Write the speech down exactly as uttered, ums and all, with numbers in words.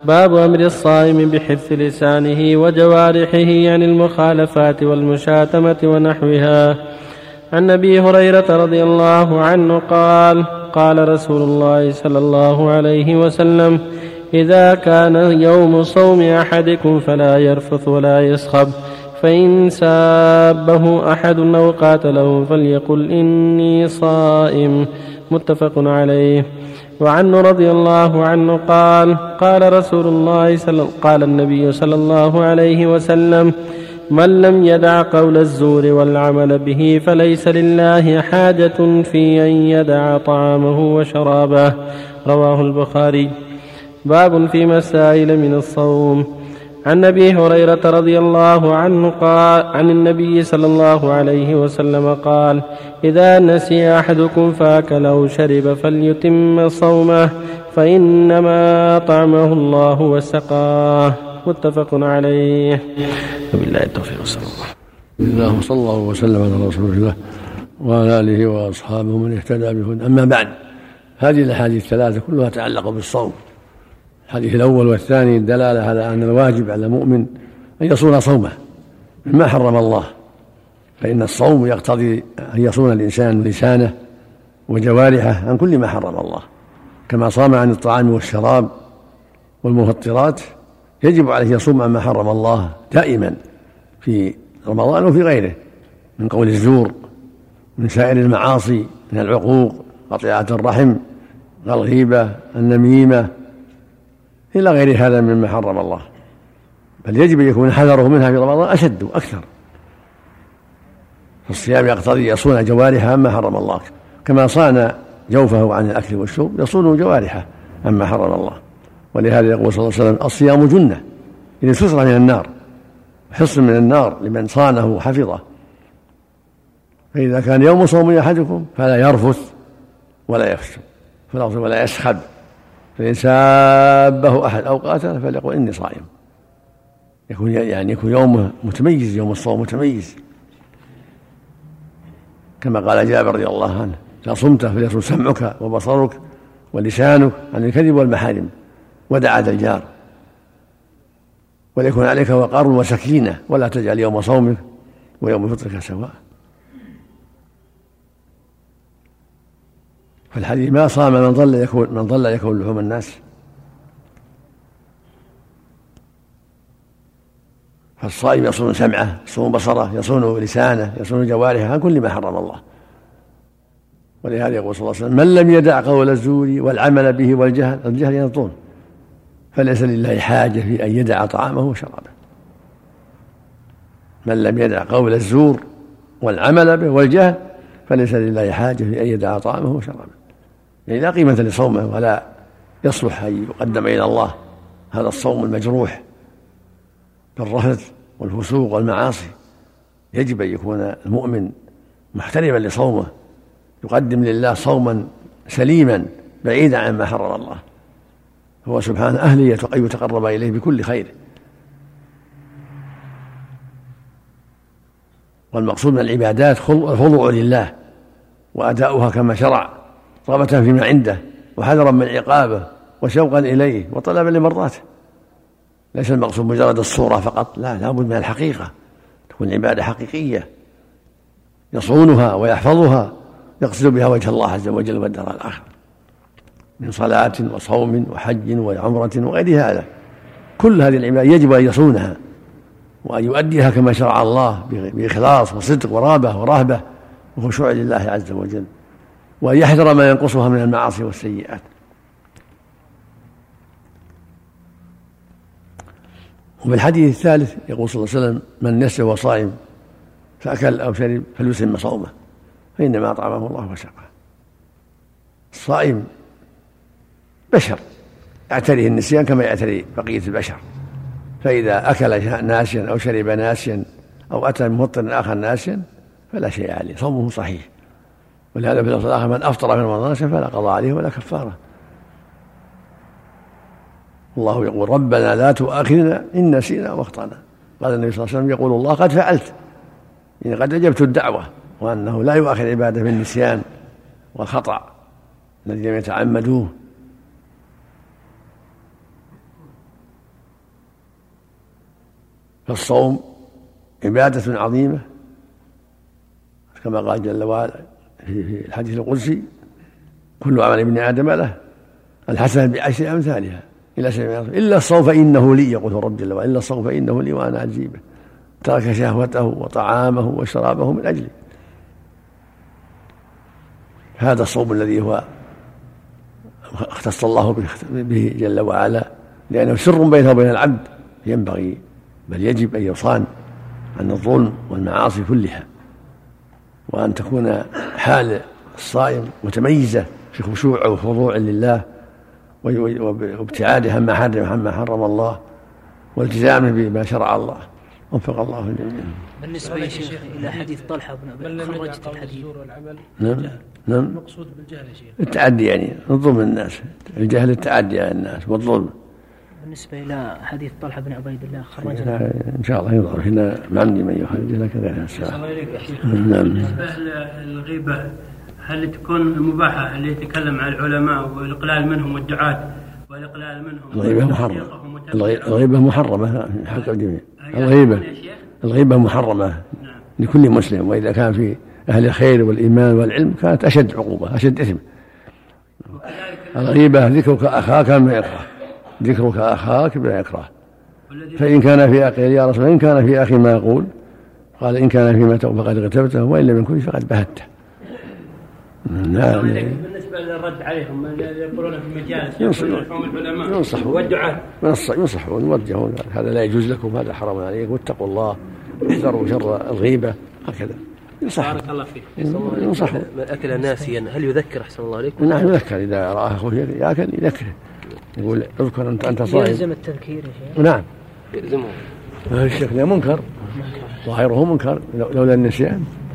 باب أمر الصائم بحفظ لسانه وجوارحه عن المخالفات والمشاتمة ونحوها. عن أبي هريرة رضي الله عنه قال قال رسول الله صلى الله عليه وسلم: إذا كان يوم صوم أحدكم فلا يرفث ولا يسخب، فإن سابه أحد أو قاتله فليقل إني صائم. متفق عليه. وعنه رضي الله عنه قال قال رسول الله صلى قال النبي صلى الله عليه وسلم: من لم يدع قول الزور والعمل به فليس لله حاجة في أن يدع طعامه وشرابه. رواه البخاري. باب في مسائل من الصوم. عن أبي هريرة رضي الله عنه قال عن النبي صلى الله عليه وسلم قال: إذا نسي أحدكم فأكل أو شرب فليتم صومه، فإنما طعمه الله وسقاه. متفق عليه. وبالله التوفيق. صلى الله صلى الله وسلم على رسول الله وعلى آله وأصحابه من اهتدى بهداه. أما بعد، هذه الأحاديث الثلاثة كلها تتعلق بالصوم. الحديث الأول والثاني دلالة على أن الواجب على المؤمن أن يصون صومه مما حرم الله، فإن الصوم يقتضي أن يصون الإنسان لسانه وجوارحه عن كل ما حرم الله، كما صام عن الطعام والشراب والمفطرات يجب عليه يصوم عما حرم الله دائما في رمضان وفي غيره، من قول الزور، من سائر المعاصي، من العقوق، قطيعة الرحم، الغيبة، النميمة، إلى غير هذا مما حرم الله، بل يجب أن يكون حذره منها في رمضان أشد وأكثر. فالصيام يقتضي يصون جوارحه عما حرم الله، كما صان جوفه عن الأكل والشرب يصون جوارحه عما حرم الله. ولهذا يقول صلى الله عليه وسلم: الصيام جنة، إذ ستر من النار، حصن من النار لمن صانه وحفظه. فإذا كان يوم صوم أحدكم فلا يرفث ولا يفسق ولا يسخب، فإن سابه أحد أو قاتله فليقل إني صائم. يكون يعني يكون يومه متميز، يوم الصوم متميز، كما قال جابر رضي الله عنه: إذا صمت فليصم سمعك وبصرك ولسانك عن الكذب والمحارم ودعاة الجار، وليكن عليك وقار وسكينة، ولا تجعل يوم صومك ويوم فطرك سواء. فالحديث: ما صام من ظل يكون من ظل يكون لحوم الناس. فالصائم يصون سمعه، يصون بصره، يصون لسانه، يصون جوارحه عن كل ما حرم الله. ولهذا يقول صلى الله عليه وسلم: من لم يدع قول الزور والعمل به والجهل، الجهل ينطون، فليس لله حاجة في أن يدع طعامه وشرابه. من لم يدع قول الزور والعمل به والجهل فليس لله حاجة في أن يدع طعامه وشرابه. يعني لا قيمة لصومه، ولا يصلح أن يقدم إلى الله هذا الصوم المجروح بالرفث والفسوق والمعاصي. يجب أن يكون المؤمن محترما لصومه، يقدم لله صوما سليما بعيدا عما حرم الله، هو سبحانه أهلي أن يتقرب إليه بكل خير. والمقصود من العبادات الخضوع لله وأداؤها كما شرع، رغبة فيما عنده وحذرا من عقابه وشوقا إليه وطلبا لمرضاته. ليس المقصود مجرد الصورة فقط، لا، لابد من الحقيقة، تكون العبادة حقيقية يصونها ويحفظها، يقصد بها وجه الله عز وجل والدار الآخرة، من صلاة وصوم وحج وعمرة وغير هذا. كل هذه العبادة يجب أن يصونها وأن يؤديها كما شرع الله بإخلاص وصدق ورغبة ورهبة وخشوع لله عز وجل، وأن يحذر ما ينقصها من المعاصي والسيئات. وفي الحديث الثالث يقول صلى الله عليه وسلم: من نسي وهو صائم فأكل أو شرب فليتم صومه، فإنما أطعمه الله وسقاه. الصائم بشر يعتريه النسيان كما يعتري بقية البشر، فإذا أكل ناسيا أو شرب ناسيا أو أتى بمفطر آخر ناسيا فلا شيء عليه، صومه صحيح. ولهذا في اللفظ الآخر: من أفطر في رمضان فلا قضاء عليه ولا كفارة. الله يقول: ربنا لا تؤاخذنا إن نسينا واخطأنا. قال النبي صلى الله عليه وسلم: يقول الله: قد فعلت، يعني قد أجبت الدعوة، وأنه لا يؤاخذ عباده بالنسيان والخطأ الذي لم يتعمدوه. فالصوم عبادة عظيمة كما قال جل وعلا في الحديث القدسي: كل عمل ابن آدم له الحسنة بعشر أمثالها إلى سبعين إلا الصوم فإنه لي، يقول رب جل وعلا: إلا الصوم فإنه لي وأنا أجزي به. ترك شهوته وطعامه وشرابه من أجلي. هذا الصوم الذي هو اختص الله به جل وعلا، لأنه سر بينه وبين العبد، ينبغي بل يجب أن يصان عن الظلم والمعاصي كلها، وأن تكون حال الصائم متميزة في خشوع وخضوع لله وابتعاده عما حرم عما حرم الله والتزامه بما شرع الله. وفق الله الجميع. بالنسبة يا شيخ إلى حديث طلحة بن أبي خرجت الحديث. نعم نعم. المقصود بالجهل يا شيخ التعدي، يعني الظلم الناس، الجهل التعدي على الناس والظلم. بالنسبة إلى حديث طلحة بن عبيد الله خرجنا إن شاء الله يظهر هنا ما عندي من يخرج لك غير الساعة. نعم. بالنسبة للغيبة هل تكون مباحة اللي يتكلم عن العلماء والإقلال منهم والدعاة والإقلال منهم؟ الغيبة محرمة. الغيبة محرمة حق الجميع. الغيبة الغيبة محرمة لكل مسلم، وإذا كان في أهل الخير والإيمان والعلم كانت أشد عقوبة، أشد إثم. الغيبة ذكرك أخاك بما يكره، ذكرك أخاك بما يكره. فإن كان في أخي يا رسول الله إن كان في أخي ما يقول، قال إن كان فيما تقول فقد اغتبته وإن لم يكن فقد بهته. نعم. بالنسبة للرد عليهم اللي يقولون في المجالس ينصحون العلماء ينصحون والدعاة ينصحون يوجهون هذا لا يجوز لكم، هذا حرام عليكم، واتقوا الله واحذروا شر الغيبة، هكذا ينصح. بارك الله فيك. ينصح. من أكل ناسيا هل يذكر أحسن الله عليكم؟ نعم يذكر، إذا رآه أخوه يأكل يذكره، يقول اذكر أنت أنت صائم. يلزم التذكير يا شيخ. نعم يلزمه. الشيخ منكر ظاهره منكر لولا النسيان.